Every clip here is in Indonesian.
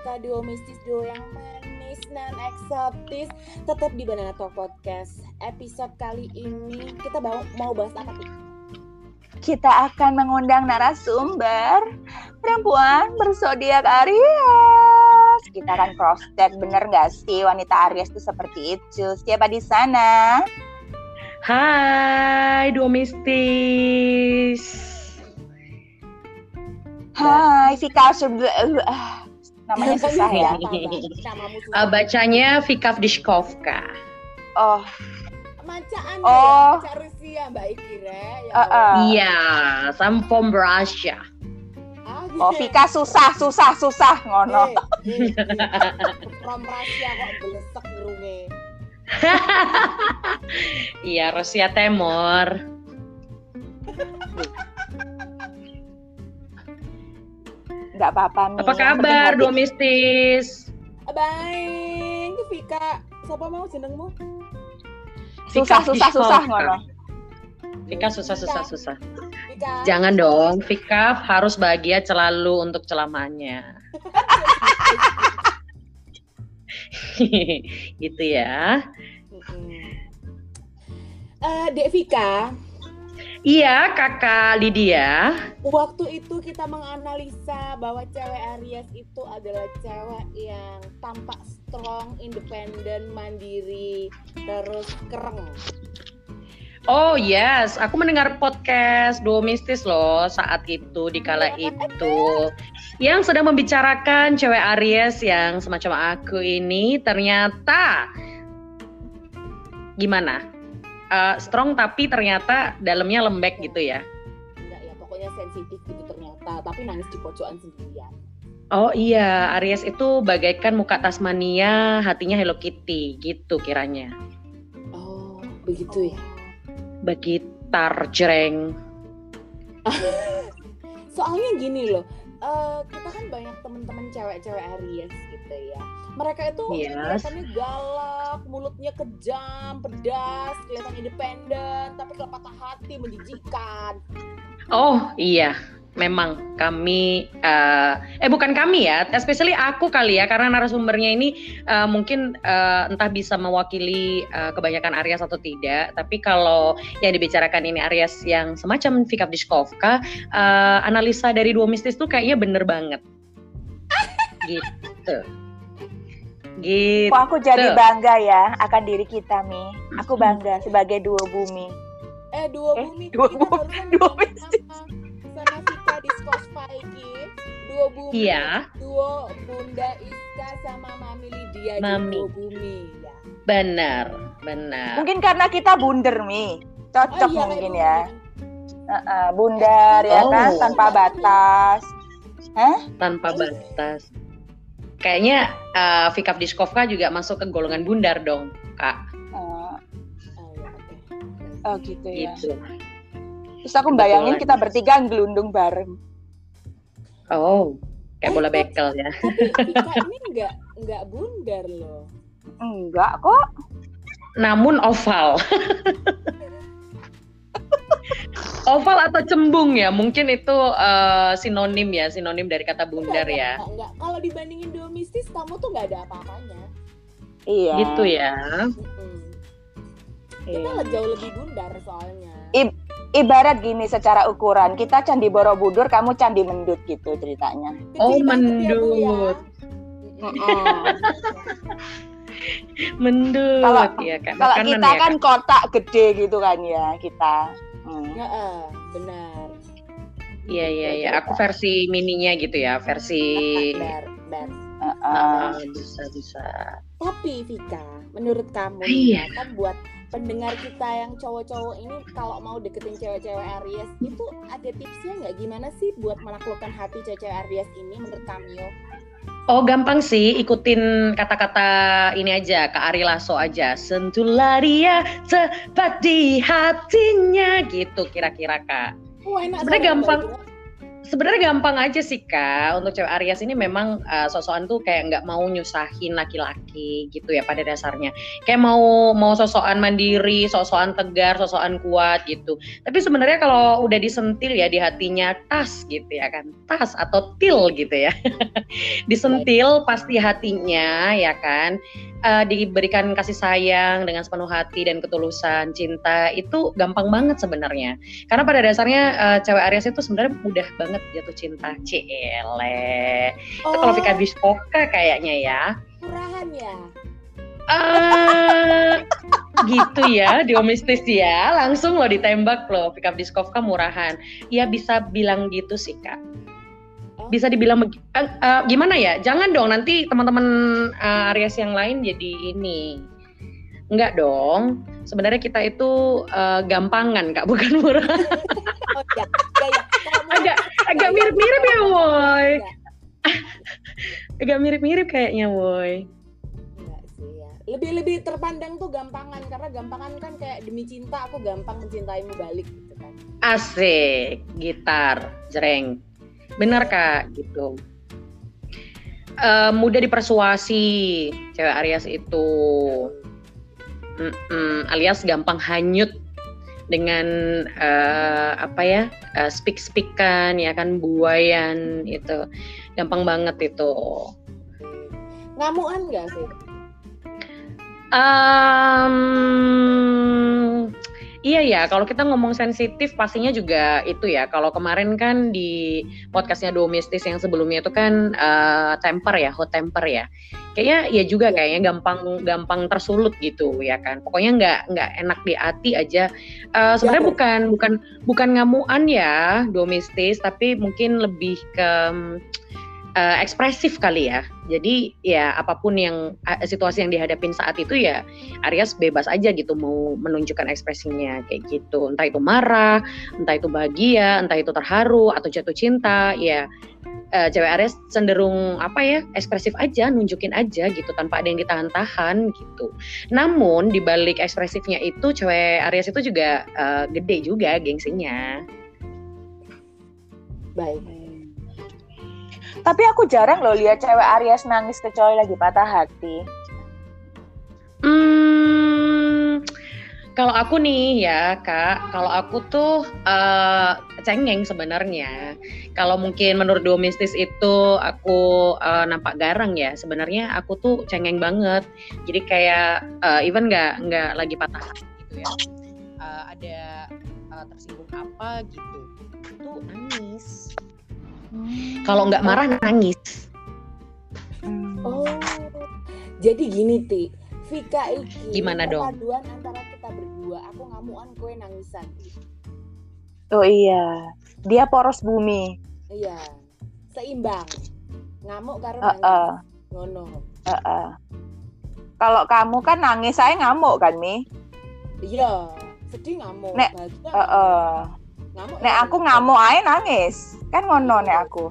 kita duo mistis, duo yang manis dan eksotis. Tetap di Banana Talk Podcast. Episode kali ini kita mau bahas apa tuh? Kita akan mengundang narasumber perempuan berzodiak Aries. Kita akan cross check, bener nggak sih wanita Aries itu seperti itu? Siapa di sana? Hai, duo mistis. Hai, Vika. Namanya susah ya. Bacanya Vika Dishkovka. Oh. Macaan ya, baca Rusia Mbak Ikira. Iya, I'm from Russia. Oh, Vika susah ngono. From Russia kok belesek ngerunge. Iya, Rusia Timur. Nggak apa-apa nih. Apa kabar, duo mistis? Baik, Vika. Siapa mau jenengmu? Susah ngono. Vika susah. Vika. Jangan dong, Vika harus bahagia selalu untuk selamanya. Gitu ya. Dek Vika. Iya, Kakak Lydia. Waktu itu kita menganalisa bahwa cewek Aries itu adalah cewek yang tampak strong, independen, mandiri, terus kereng. Oh yes, aku mendengar podcast Duo Mistis loh saat itu, di kala itu. Yang sedang membicarakan cewek Aries yang semacam aku ini ternyata gimana? Strong tapi ternyata dalamnya lembek gitu ya. Enggak ya, pokoknya sensitif gitu ternyata, tapi nangis di pojokan sendirian. Oh iya, Aries itu bagaikan muka Tasmania, hatinya Hello Kitty gitu kiranya. Oh, begitu ya. Begitar jreng. Soalnya gini loh, kita kan banyak teman-teman cewek-cewek Aries gitu ya. Mereka itu kelihatannya galak, mulutnya kejam, pedas, kelihatan independen, tapi kalau patah hati menjijikan. Oh iya, memang kami, bukan kami ya, especially aku kali ya, karena narasumbernya ini mungkin entah bisa mewakili kebanyakan Aries atau tidak, tapi kalau yang dibicarakan ini Aries yang semacam Vika Dishkovka, analisa dari Duo Mistis tuh kayaknya bener banget. Gitu. Kok aku jadi bangga ya akan diri kita, Mi. Aku bangga sebagai duo bumi. Duo bumi. Duo mistis. Sama Vika Dishkovka iki, duo bumi. Iya. Duo Bunda Iska sama Mami Lydia, duo bumi ya. Benar. Mungkin karena kita bunder, Mi. Cocok mungkin ya. Bundar ya kan, tanpa batas. Tanpa batas. Kayaknya Vika Dishkovka juga masuk ke golongan bundar dong, Kak. Oh gitu ya. Gitu. Terus aku bayangin kita bertiga ngelundung bareng. Oh, kayak bola bekel ya. Tapi Vika ini enggak bundar loh. Enggak kok. Namun oval. Oval atau cembung ya, mungkin itu sinonim dari kata bundar ya. Enggak. Kalau dibandingin Duo Mistis, kamu tuh nggak ada apa-apanya. Iya. Gitu ya. Kita jauh lebih bundar soalnya. Ibarat gini secara ukuran, kita Candi Borobudur, kamu Candi Mendut gitu ceritanya. Oh, Mendut. Mendut ya kan. Kalau kita ya, kan kotak gede gitu kan ya kita. Benar. Iya. Aku versi mininya gitu ya, versi. Bisa. Tapi Vika, menurut kamu kan buat pendengar kita yang cowok-cowok ini kalau mau deketin cewek-cewek Aries itu ada tipsnya nggak? Gimana sih buat menaklukkan hati cewek-cewek Aries ini menurut kamu? Oh gampang sih, ikutin kata-kata ini aja, Kak Ari Lasso aja. Sentuhlah dia tepat di hatinya gitu kira-kira Kak. Enak sebenarnya gampang. Sebenarnya gampang aja sih Kak, untuk cewek Aries ini memang sosokan tuh kayak nggak mau nyusahin laki-laki gitu ya pada dasarnya. Kayak mau sosokan mandiri, sosokan tegar, sosokan kuat gitu. Tapi sebenarnya kalau udah disentil ya di hatinya tas gitu ya kan, tas atau til gitu ya. Disentil pasti hatinya ya kan, diberikan kasih sayang dengan sepenuh hati dan ketulusan cinta itu gampang banget sebenarnya. Karena pada dasarnya cewek Aries itu sebenarnya mudah banget jatuh cinta. Ciele. Itu kalau Vika Biskoka kayaknya ya. Murahan ya? Gitu ya, Diomistis ya. Langsung lo ditembak lo, Vika Biskoka murahan. Ya bisa bilang gitu sih Kak. Bisa dibilang gimana ya? Jangan dong nanti teman-teman Aries yang lain jadi ini. Enggak dong. Sebenarnya kita itu gampangan Kak, bukan murah. Oh ya. Agak mirip-mirip ya, Woy. Agak mirip-mirip kayaknya, Woy. Enggak sih ya. Lebih terpandang tuh gampangan, karena gampangan kan kayak demi cinta aku gampang mencintaimu balik gitu kan. Asik, gitar, jreng. Benar Kak, gitu. Mudah dipersuasi cewek Aries itu. Alias gampang hanyut dengan speak-speakan ya kan, buayan itu gampang banget itu. Ngamuan nggak sih? Iya ya, kalau kita ngomong sensitif pastinya juga itu ya. Kalau kemarin kan di podcastnya Diomistis yang sebelumnya itu kan temper ya, hot temper ya. Kayaknya ya juga kayaknya gampang tersulut gitu ya kan. Pokoknya nggak enak di hati aja. Sebenarnya bukan ngamuan ya Diomistis, tapi mungkin lebih ke ekspresif kali ya. Jadi ya apapun yang situasi yang dihadapin saat itu ya Aries bebas aja gitu mau menunjukkan ekspresinya kayak gitu. Entah itu marah, entah itu bahagia, entah itu terharu atau jatuh cinta ya. Cewek Aries cenderung ekspresif aja, nunjukin aja gitu tanpa ada yang ditahan-tahan gitu. Namun di balik ekspresifnya itu cewek Aries itu juga gede juga gengsinya. Baik. Tapi aku jarang loh lihat cewek Aries nangis kecuali lagi patah hati. Kalau aku nih ya Kak, kalau aku tuh cengeng sebenarnya. Kalau mungkin menurut Diomistis itu aku nampak garang ya, sebenarnya aku tuh cengeng banget. Jadi kayak even nggak lagi patah hati gitu ya, ada tersinggung apa gitu, itu nangis. Kalau nggak marah nangis. Oh, jadi gini Ti, Vika iki gimana dong? Perpaduan antara kita berdua, aku ngamuan kowe nangisan. Oh iya, dia poros bumi. Iya, seimbang. Ngamuk karo nangis. Ngono. Kalau kamu kan nangis, saya ngamuk kan Mi? Iya, sedih ngamuk. Nek, ngamuk. Nek aku ngamuk ae nangis. Kan ngono nek aku.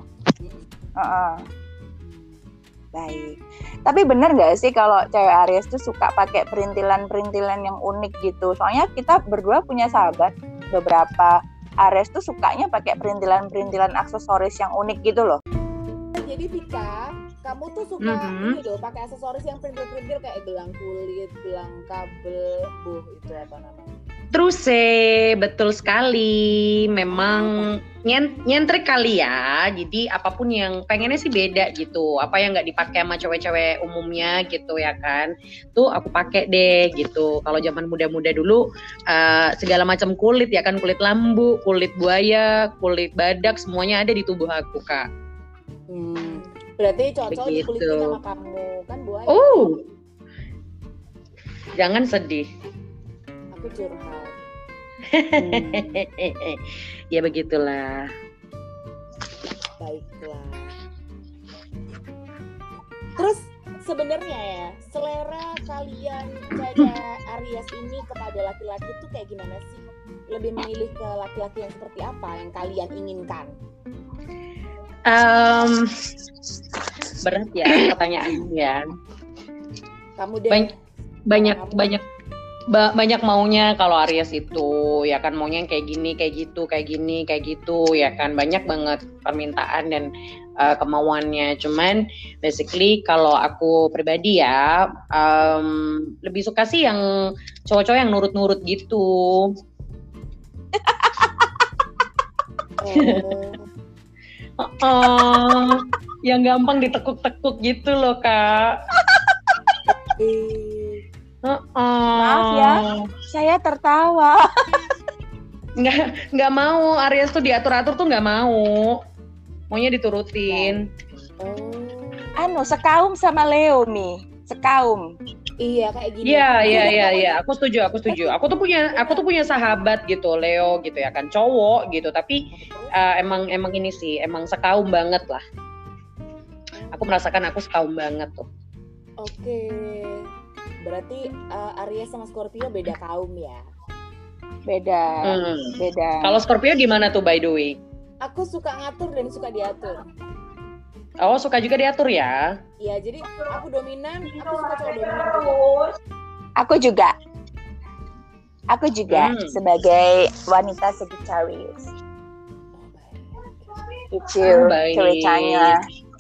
Baik. Tapi bener nggak sih kalau cewek Aries tuh suka pakai perintilan-perintilan yang unik gitu? Soalnya kita berdua punya sahabat beberapa Aries tuh sukanya pakai perintilan-perintilan aksesoris yang unik gitu loh. Jadi Vika, kamu tuh suka ini loh, pakai aksesoris yang perintil-perintil kayak gelang kulit, gelang kabel, itu apa namanya? Terus betul sekali, memang nyentrik kali ya. Jadi apapun yang pengennya sih beda gitu. Apa yang nggak dipakai sama cewek-cewek umumnya gitu ya kan. Tuh aku pakai deh gitu. Kalau zaman muda-muda dulu segala macam kulit ya kan, kulit lambu, kulit buaya, kulit badak, semuanya ada di tubuh aku Kak. Berarti cocok dikulitin sama kamu kan buaya. Jangan sedih. Aku curhat. Ya begitulah. Baiklah. Terus sebenarnya ya, selera kalian cewek Aries ini kepada laki-laki itu kayak gimana sih? Lebih memilih ke laki-laki yang seperti apa yang kalian inginkan? Berat ya pertanyaannya ya. Kamu deh. Banyak banyak maunya kalau Aries itu, ya kan, maunya yang kayak gini, kayak gitu, kayak gini, kayak gitu, ya kan, banyak banget permintaan dan kemauannya. Cuman basically kalau aku pribadi ya lebih suka sih yang cowok-cowok yang nurut-nurut gitu. Yang gampang ditekuk-tekuk gitu loh, Kak. Maaf ya, saya tertawa. Nggak mau, Aries tuh diatur-atur tuh nggak mau. Maunya diturutin. Sekaum sama Leo nih, sekaum. Iya kayak gini. Iya. Aku setuju. Aku tuh punya sahabat gitu, Leo gitu ya kan, cowok gitu. Tapi emang ini sih, emang sekaum banget lah. Aku merasakan aku sekaum banget tuh. Oke. Berarti Aries sama Scorpio beda kaum ya? Beda. Kalau Scorpio gimana tuh by the way? Aku suka ngatur dan suka diatur. Oh, suka juga diatur ya? Iya, jadi aku dominan, aku suka cowok dominan juga. Aku juga sebagai wanita Sagittarius. Itu ceritanya.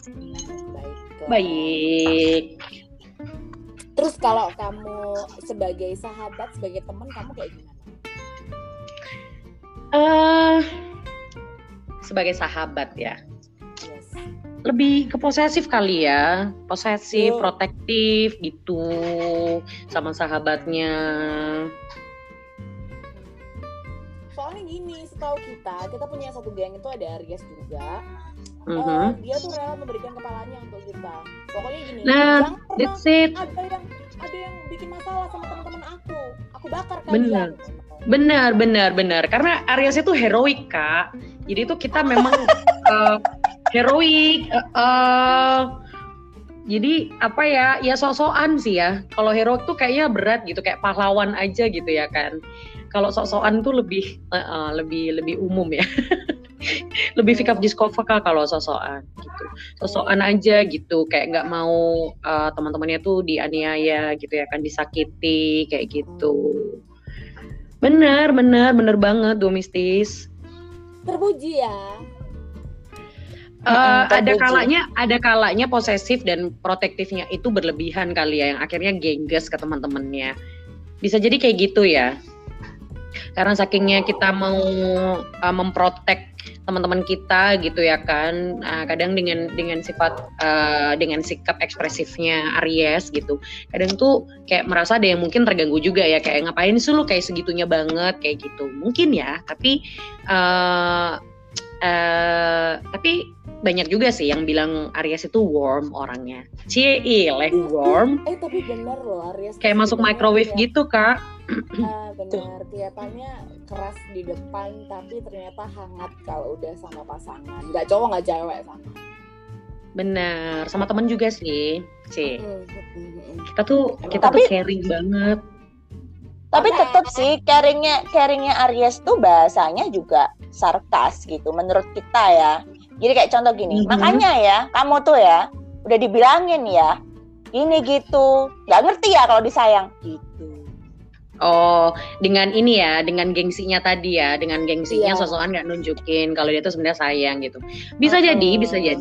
Baik. Terus kalau kamu sebagai sahabat, sebagai teman, kamu kayak gimana? Sebagai sahabat ya. Yes. Lebih ke posesif kali ya, protektif gitu sama sahabatnya. Soalnya gini, setahu kita punya satu geng itu ada Aries juga. Dia tuh rela memberikan kepalanya untuk kita. Pokoknya gini, jangan pernah ada yang bikin masalah sama teman-teman aku bakar kalian. Benar. Karena Aries itu heroik, Kak. Jadi itu kita memang heroik. Jadi apa ya? Ya sok-sokan sih ya. Kalau heroik tuh kayaknya berat gitu, kayak pahlawan aja gitu ya kan. Kalau sok-sokan tuh lebih umum ya. Lebih fikap diskofaka kalau sok-sokan gitu. Sok-sokan aja gitu, kayak nggak mau teman-temannya tuh dianiaya gitu ya kan, disakiti kayak gitu. Bener banget Domistis. Terpuji ya. Ada kalanya posesif dan protektifnya itu berlebihan kali ya, yang akhirnya gengges ke teman-temannya. Bisa jadi kayak gitu ya. Karena sakingnya kita mau memprotek teman-teman kita gitu ya kan, kadang dengan sifat dengan sikap ekspresifnya Aries gitu, kadang tuh kayak merasa ada yang mungkin terganggu juga ya, kayak ngapain sih lu kayak segitunya banget kayak gitu mungkin ya, tapi banyak juga sih yang bilang Aries itu warm orangnya, warm. Tapi bener loh Aries kayak masuk microwave ya. Gitu Kak. Benar, kelihatannya keras di depan tapi ternyata hangat kalau udah sama pasangan. Nggak cowok nggak cewek sama. Benar, sama teman juga sih. Kita tuh caring banget. Tapi tetap sih caringnya Aries tuh bahasanya juga sarkas gitu menurut kita ya. Jadi kayak contoh gini, makanya ya kamu tuh ya udah dibilangin ya ini gitu, nggak ngerti ya kalau disayang gitu. Oh, dengan ini ya, dengan gengsinya tadi ya, dengan gengsinya sosokan nggak nunjukin kalau dia tuh sebenarnya sayang gitu. Bisa jadi.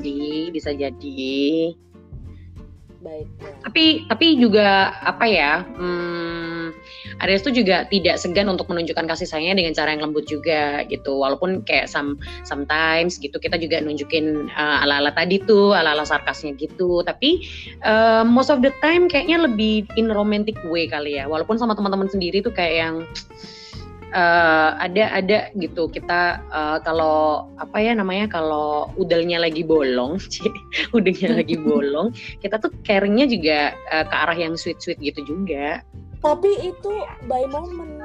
Baik. Tapi juga apa ya? Aries tuh juga tidak segan untuk menunjukkan kasih sayangnya dengan cara yang lembut juga gitu. Walaupun kayak sometimes gitu kita juga nunjukin ala-ala tadi tuh, ala-ala sarkasnya gitu. Tapi most of the time kayaknya lebih in romantic way kali ya. Walaupun sama teman-teman sendiri tuh kayak yang ada gitu kita kalau apa ya namanya, kalau udahnya lagi bolong kita tuh caringnya juga ke arah yang sweet gitu juga. Tapi itu by moment.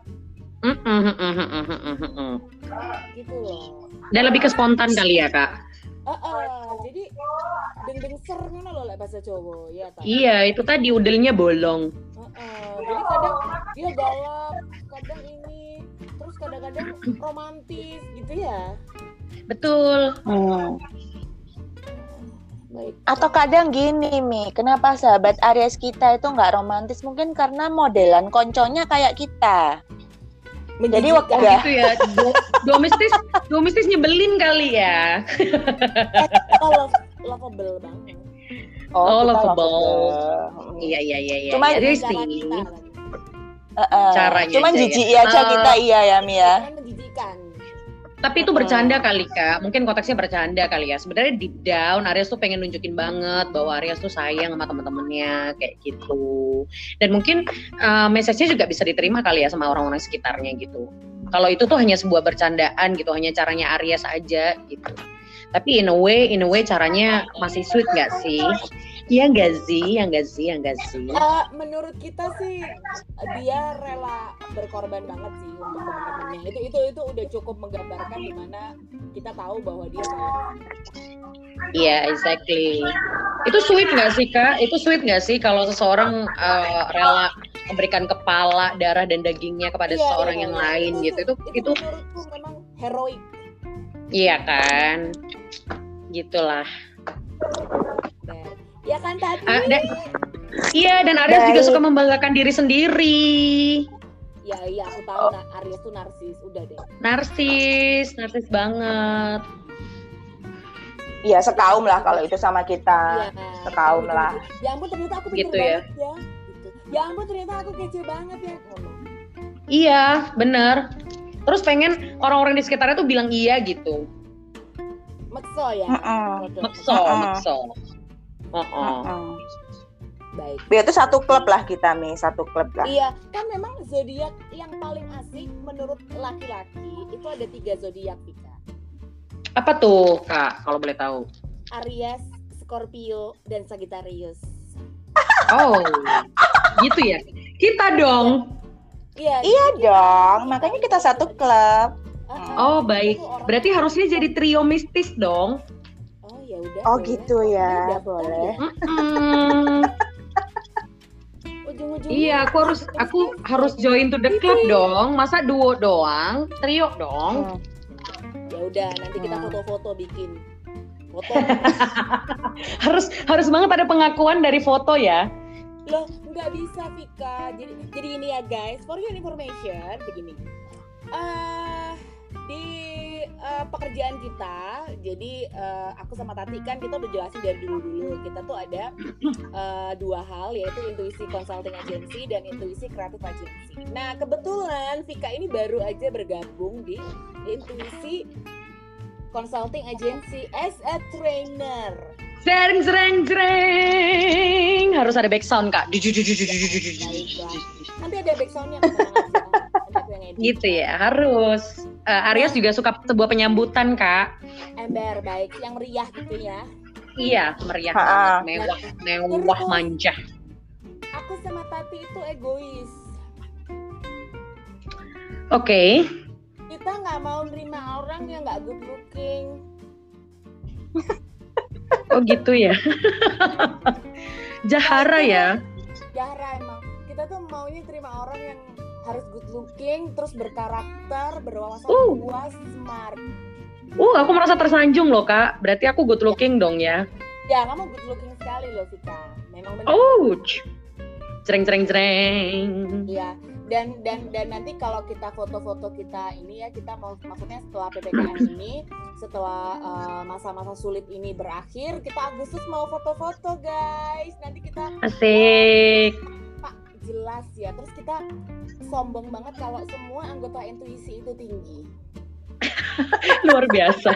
Gitu loh. Dan lebih ke spontan kali ya Kak. Jadi deng ser ngono lho lek bahasa Jawa ya ta. Iya, itu tadi udelnya bolong. Jadi kadang dia galak, kadang ini, terus kadang-kadang romantis gitu ya. Betul. Baik. Atau kadang gini Mi, kenapa sahabat Aries kita itu nggak romantis? Mungkin karena modelan konconya kayak kita. Jadi waktu gitu ya, domestis nyebelin kali ya. Lovable banget. Oh, lovable. Iya. Cuma jadi sih. Caranya. Cuman jijik aja kita ya Mi ya. Menjijikan. Tapi itu bercanda kali Kak, mungkin konteksnya bercanda kali ya. Sebenarnya deep down Aries tuh pengen nunjukin banget bahwa Aries tuh sayang sama teman-temannya kayak gitu. Dan mungkin message-nya juga bisa diterima kali ya sama orang-orang sekitarnya gitu. Kalau itu tuh hanya sebuah bercandaan gitu, hanya caranya Aries aja gitu. Tapi in a way caranya masih sweet nggak sih? Iya nggak sih? Menurut kita sih dia rela berkorban banget sih untuk teman-temannya. Itu udah cukup menggambarkan gimana kita tahu bahwa dia sayang. Iya, exactly. Itu sweet nggak sih Kak? Itu sweet nggak sih kalau seseorang rela memberikan kepala, darah dan dagingnya kepada seseorang yang lain gitu? Itu menurutku memang heroik. Iya kan? Gitulah. Ya kan tadi? Iya, dan Aries juga suka membanggakan diri sendiri. Iya, aku tahu Aries tuh narsis, udah deh. Narsis banget. Iya, sekaum lah kalau itu sama kita. Ya, sekaum lah. Ya ampun, ternyata aku pintar banget ya. Gitu. Ya ampun, ternyata aku kece banget ya. Iya, bener. Terus pengen orang-orang di sekitarnya tuh bilang iya gitu. Mekso ya? Mekso. Baik. Biar itu satu klub lah kita Mi, satu klub lah. Iya, kan memang zodiak yang paling asik menurut laki-laki itu ada 3 zodiak Vika. Apa tuh Kak, kalau boleh tahu? Aries, Scorpio, dan Sagittarius. Oh, gitu ya? Kita dong. Iya dong, makanya kita satu klub. Oh baik, berarti harusnya jadi trio mistis dong. Oh ya udah. Oh gitu ya, boleh. Iya, aku harus join to the club dong. Masa duo doang, trio dong. Ya udah, nanti kita foto-foto bikin. Foto. harus banget ada pengakuan dari foto ya. Loh, nggak bisa Vika. Jadi ini ya guys, for your information begini. Di pekerjaan kita, jadi aku sama Tati kan kita udah jelasin dari dulu. Kita tuh ada 2 hal, yaitu intuisi consulting agency dan intuisi creative agency. Nah kebetulan Vika ini baru aja bergabung di intuisi consulting agency as a trainer. Jreng. Harus ada back sound Kak. Nanti ada back soundnya. Gitu ya, harus. Aries juga suka sebuah penyambutan Kak. Ember, baik, yang meriah gitu ya. Iya, meriah banget, mewah, manja. Aku sama Tati itu egois. Oke. Kita nggak mau nerima orang yang nggak good looking. Oh gitu ya. Jahara ya. Jahara emang. Kita tuh maunya terima orang yang harus good looking, terus berkarakter, berwawasan luas, smart. Aku merasa tersanjung loh Kak. Berarti aku good looking dong ya. Ya, kamu good looking sekali loh Vika. Memang benar. Jreng. Iya. Dan nanti kalau kita foto-foto kita ini ya, kita mau maksudnya setelah PPKM ini, setelah masa-masa sulit ini berakhir, kita Agustus mau foto-foto guys. Nanti kita asik. Pak jelas ya. Terus kita sombong banget kalau semua anggota intuisi itu tinggi. Luar biasa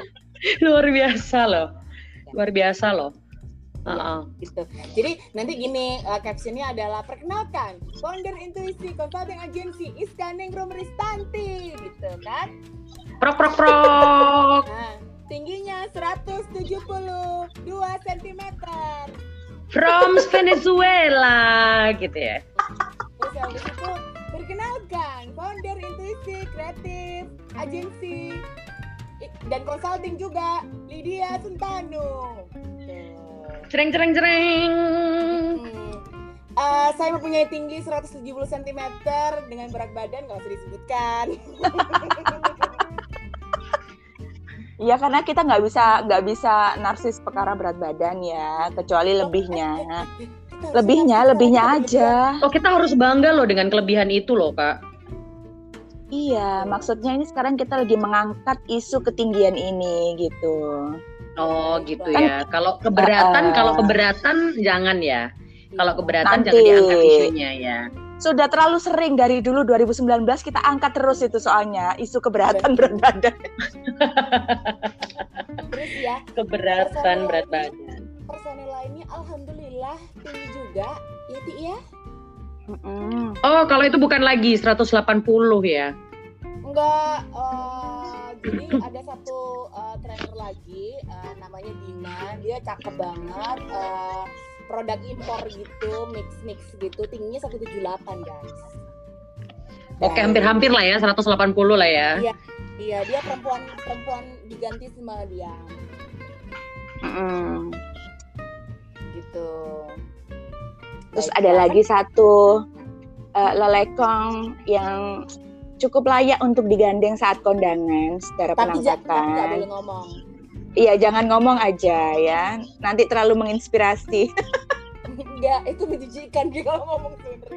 loh. Gitu. Jadi nanti gini captionnya adalah perkenalkan founder intuisi consulting agency Iska Nengrum Ristanti gitu kan. Prok. Nah, tingginya 172 cm. From Venezuela gitu ya. Terus habis itu perkenalkan founder intuisi kreatif agency dan consulting juga Lydia Suntanu. Jreng. Saya mempunyai tinggi 170 cm dengan berat badan nggak usah disebutkan. Iya, karena kita nggak bisa narsis perkara berat badan ya, kecuali lebihnya aja. Oh, kita harus bangga loh dengan kelebihan itu loh, Kak. Iya, maksudnya ini sekarang kita lagi mengangkat isu ketinggian ini gitu. Oh gitu ya. Kalau keberatan jangan ya. Kalau keberatan Nanti. jangan diangkat isunya ya. Sudah terlalu sering dari dulu 2019 kita angkat terus itu soalnya isu keberatan berat badan. Terus ya, Keberatan berat badan. Personil lainnya alhamdulillah tinggi juga, ya Ti ya? Oh, kalau itu bukan lagi 180 ya? Enggak, jadi ada satu trainer lagi, namanya Dina, dia cakep banget, produk impor gitu, mix gitu, tingginya 178 guys. Oke, hampir-hampir lah ya, 180 lah ya. Iya, dia perempuan diganti sama dia. Gitu. Terus ada lagi satu lelekong yang cukup layak untuk digandeng saat kondangan secara penampakan. Tapi nggak boleh ngomong. Iya, jangan ngomong aja ya. Nanti terlalu menginspirasi. Enggak, itu menjijikan kalau ngomong sebenarnya.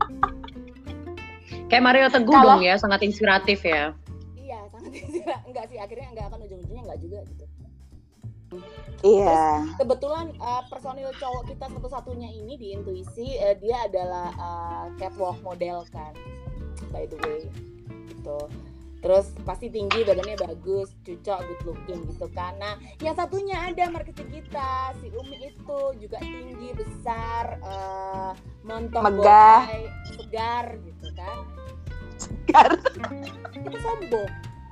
Kayak Mario Teguh dong ya, sangat inspiratif ya. Iya, sangat inspiratif. Enggak sih, akhirnya enggak akan ujung-ujungnya enggak juga gitu. Iya. Terus, kebetulan personil cowok kita satu-satunya ini di Intuisi, dia adalah catwalk model kan, by the way, gitu. Terus pasti tinggi, badannya bagus, cucok, good looking gitu kan. Nah, yang satunya ada marketing kita, si Umi itu juga tinggi, besar, montok, megah, boy, segar gitu kan. Segar. Itu sombong.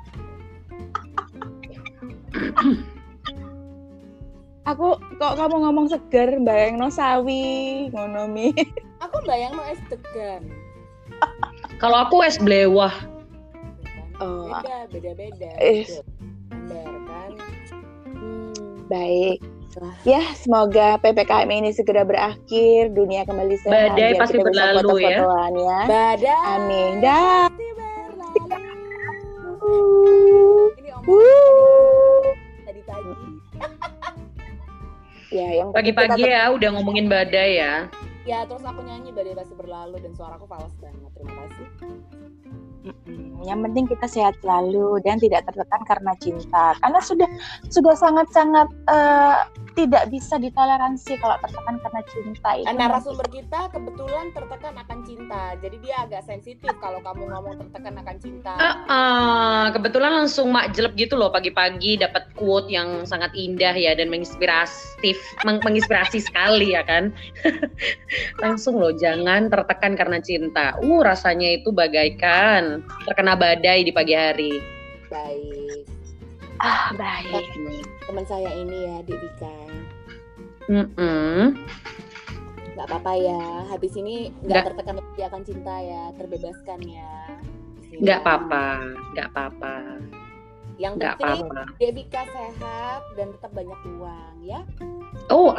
Aku kok kamu ngomong seger, bayangno sawi, ngono mi. Aku bayangno es degan. Kalau aku es blewah. Beda-beda. Benar kan? Baik. Ya, semoga PPKM ini segera berakhir, dunia kembali sehat. Badai pasti berlalu ya. Badai. Amin. Pasti berlalu. Ini tadi pagi. Ya, yang pagi-pagi ya udah ngomongin badai ya. Ya, terus aku nyanyi badai pasti berlalu dan suaraku fals banget. Terima kasih. Yang penting kita sehat selalu dan tidak tertekan karena cinta. Karena sudah sangat-sangat tidak bisa ditoleransi kalau tertekan karena cinta itu. Narasumber kita kebetulan tertekan akan cinta. Jadi dia agak sensitif kalau kamu ngomong tertekan akan cinta. Kebetulan langsung makjeleb gitu loh pagi-pagi dapat quote yang sangat indah ya dan menginspirasi sekali ya kan. Langsung loh, jangan tertekan karena cinta. Rasanya itu bagaikan terkena badai di pagi hari. Baik. Baik. Teman saya ini ya, Devika. Gak apa-apa ya. Habis ini gak tertekan lagi akan cinta ya, terbebaskan ya. Gak apa-apa. Yang penting Devika sehat dan tetap banyak uang ya. Oh,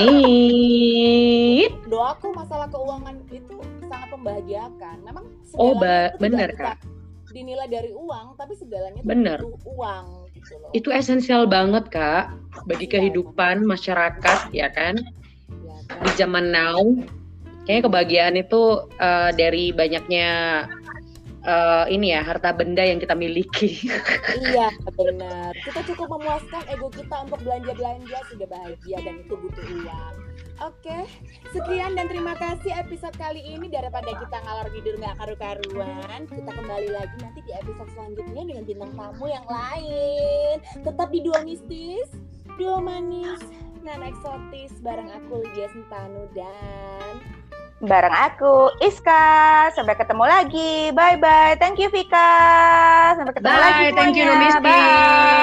amin. Doaku masalah keuangan itu sangat membahagiakan. Memang segalanya benar Kak. Dinilai dari uang, tapi segalanya butuh uang gitu loh. Itu esensial banget Kak bagi kehidupan masyarakat ya kan. Ya, kan? Di zaman now kayaknya kebahagiaan itu dari banyaknya harta benda yang kita miliki. Iya benar. Kita cukup memuaskan ego kita untuk belanja sudah bahagia dan itu butuh uang. Oke, sekian dan terima kasih episode kali ini. Daripada kita ngalor tidur nggak karu-karuan, kita kembali lagi nanti di episode selanjutnya dengan bintang tamu yang lain. Tetap di Duo Mistis, Duo Manis, nan eksotis bareng aku Lydia Sentanu dan bareng aku Iska. Sampai ketemu lagi. Bye bye. Thank you Vika. Sampai ketemu lagi. Bye. Thank you Duo Mistis.